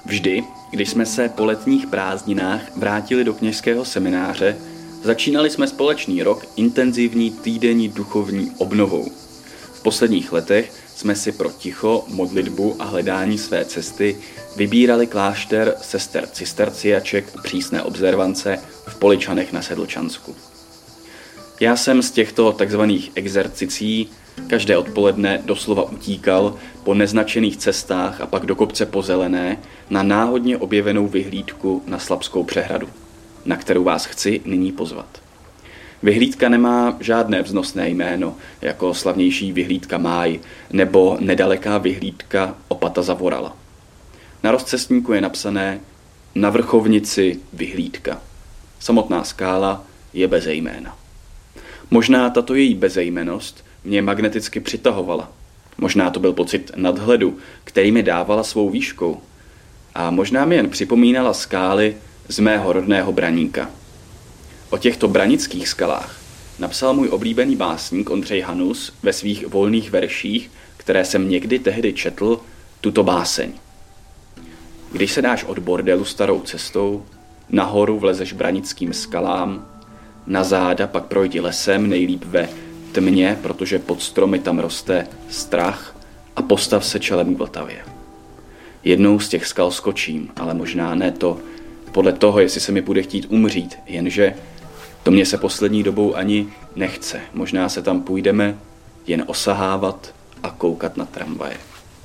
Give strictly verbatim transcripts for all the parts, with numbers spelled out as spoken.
Vždy, když jsme se po letních prázdninách vrátili do kněžského semináře, začínali jsme společný rok intenzivní týdenní duchovní obnovou. V posledních letech jsme si pro ticho, modlitbu a hledání své cesty vybírali klášter sester cisterciaček přísné observance v Poličanech na Sedlčansku. Já jsem z těchto takzvaných exercicí každé odpoledne doslova utíkal po neznačených cestách a pak do kopce po Zelené na náhodně objevenou vyhlídku na Slabskou přehradu, na kterou vás chci nyní pozvat. Vyhlídka nemá žádné vznosné jméno, jako slavnější vyhlídka Máj nebo nedaleká vyhlídka Opata Zavorala. Na rozcestníku je napsané Na vrchovnici vyhlídka. Samotná skála je beze jména. Možná tato její bezejmennost mě magneticky přitahovala. Možná to byl pocit nadhledu, který mi dávala svou výškou. A možná mi jen připomínala skály z mého rodného Braníka. O těchto branických skalách napsal můj oblíbený básník Ondřej Hanus ve svých volných verších, které jsem někdy tehdy četl, tuto báseň. Když se dáš od bordelu starou cestou, nahoru vlezeš branickým skalám, na záda pak projdi lesem, nejlíp ve tmě, protože pod stromy tam roste strach, a postav se čelem k Vltavě. Jednou z těch skal skočím, ale možná ne to, podle toho, jestli se mi bude chtít umřít, jenže to mě se poslední dobou ani nechce. Možná se tam půjdeme jen osahávat a koukat na tramvaje.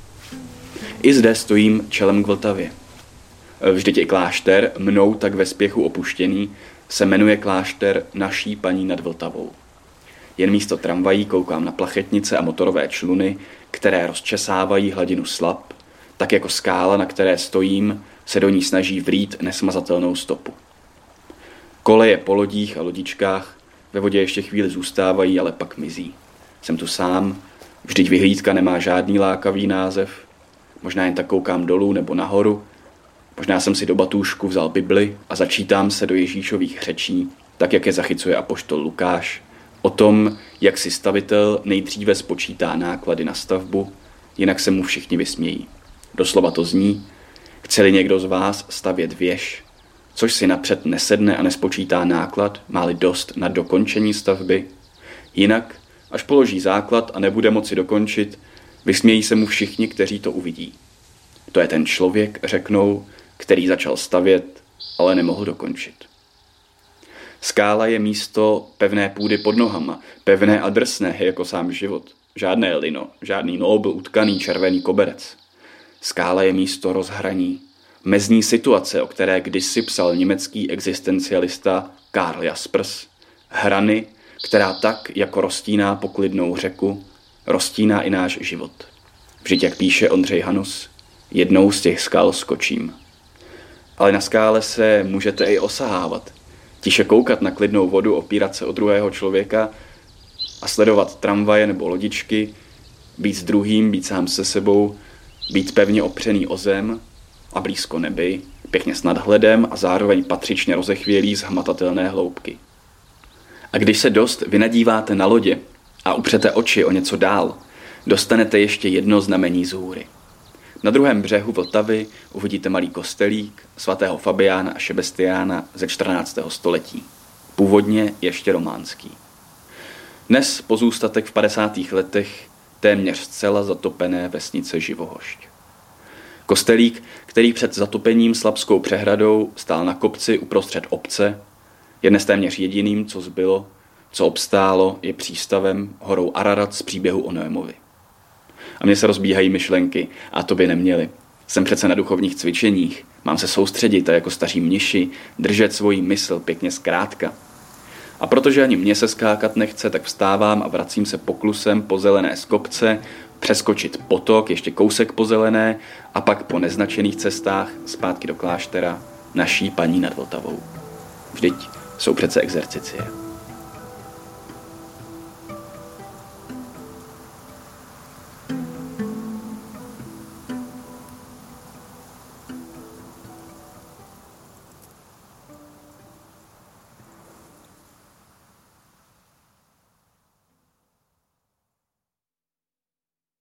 I zde stojím čelem k Vltavě. Vždyť i klášter, mnou tak ve spěchu opuštěný, se jmenuje klášter Naší Paní nad Vltavou. Jen místo tramvají koukám na plachetnice a motorové čluny, které rozčesávají hladinu Slab, tak jako skála, na které stojím, se do ní snaží vrít nesmazatelnou stopu. Koleje po lodích a lodičkách ve vodě ještě chvíli zůstávají, ale pak mizí. Jsem tu sám, vždyť vyhlídka nemá žádný lákavý název, možná jen tak koukám dolů nebo nahoru, možná jsem si do batůžku vzal Bibli a začítám se do Ježíšových řečí, tak jak je zachycuje apoštol Lukáš, o tom, jak si stavitel nejdříve spočítá náklady na stavbu, jinak se mu všichni vysmějí. Doslova to zní, chce-li někdo z vás stavět věž, což si napřed nesedne a nespočítá náklad, má-li dost na dokončení stavby, jinak, až položí základ a nebude moci dokončit, vysmějí se mu všichni, kteří to uvidí. To je ten člověk, řeknou, který začal stavět, ale nemohl dokončit. Skála je místo pevné půdy pod nohama, pevné a drsné jako sám život. Žádné lino, žádný nobl utkaný červený koberec. Skála je místo rozhraní, mezní situace, o které kdysi psal německý existencialista Karl Jaspers. Hrany, která tak, jako roztíná poklidnou řeku, roztíná i náš život. Vždyť, jak píše Ondřej Hanus, jednou z těch skal skočím. Ale na skále se můžete i osahávat, tiše koukat na klidnou vodu, opírat se o druhého člověka a sledovat tramvaje nebo lodičky, být s druhým, být sám se sebou, být pevně opřený o zem a blízko nebi, pěkně s nadhledem a zároveň patřičně rozechvělý z hmatatelné hloubky. A když se dost vynadíváte na lodě a upřete oči o něco dál, dostanete ještě jedno znamení z hůry. Na druhém břehu Vltavy uvidíte malý kostelík svatého Fabiána a Šebestiána ze čtrnáctého století. Původně ještě románský. Dnes pozůstatek v padesátých letech téměř zcela zatopené vesnice Živohošť. Kostelík, který před zatopením Slabskou přehradou stál na kopci uprostřed obce, je dnes téměř jediným, co zbylo, co obstálo, je přístavem horou Ararat z příběhu o Noémovi. A mně se rozbíhají myšlenky, a to by neměly. Jsem přece na duchovních cvičeních, mám se soustředit a jako staří mniši držet svoji mysl pěkně zkrátka. A protože ani mě se skákat nechce, tak vstávám a vracím se poklusem po zelené z kopce, přeskočit potok, ještě kousek po zelené a pak po neznačených cestách zpátky do kláštera Naší Paní nad Vltavou. Vždyť jsou přece exercicie.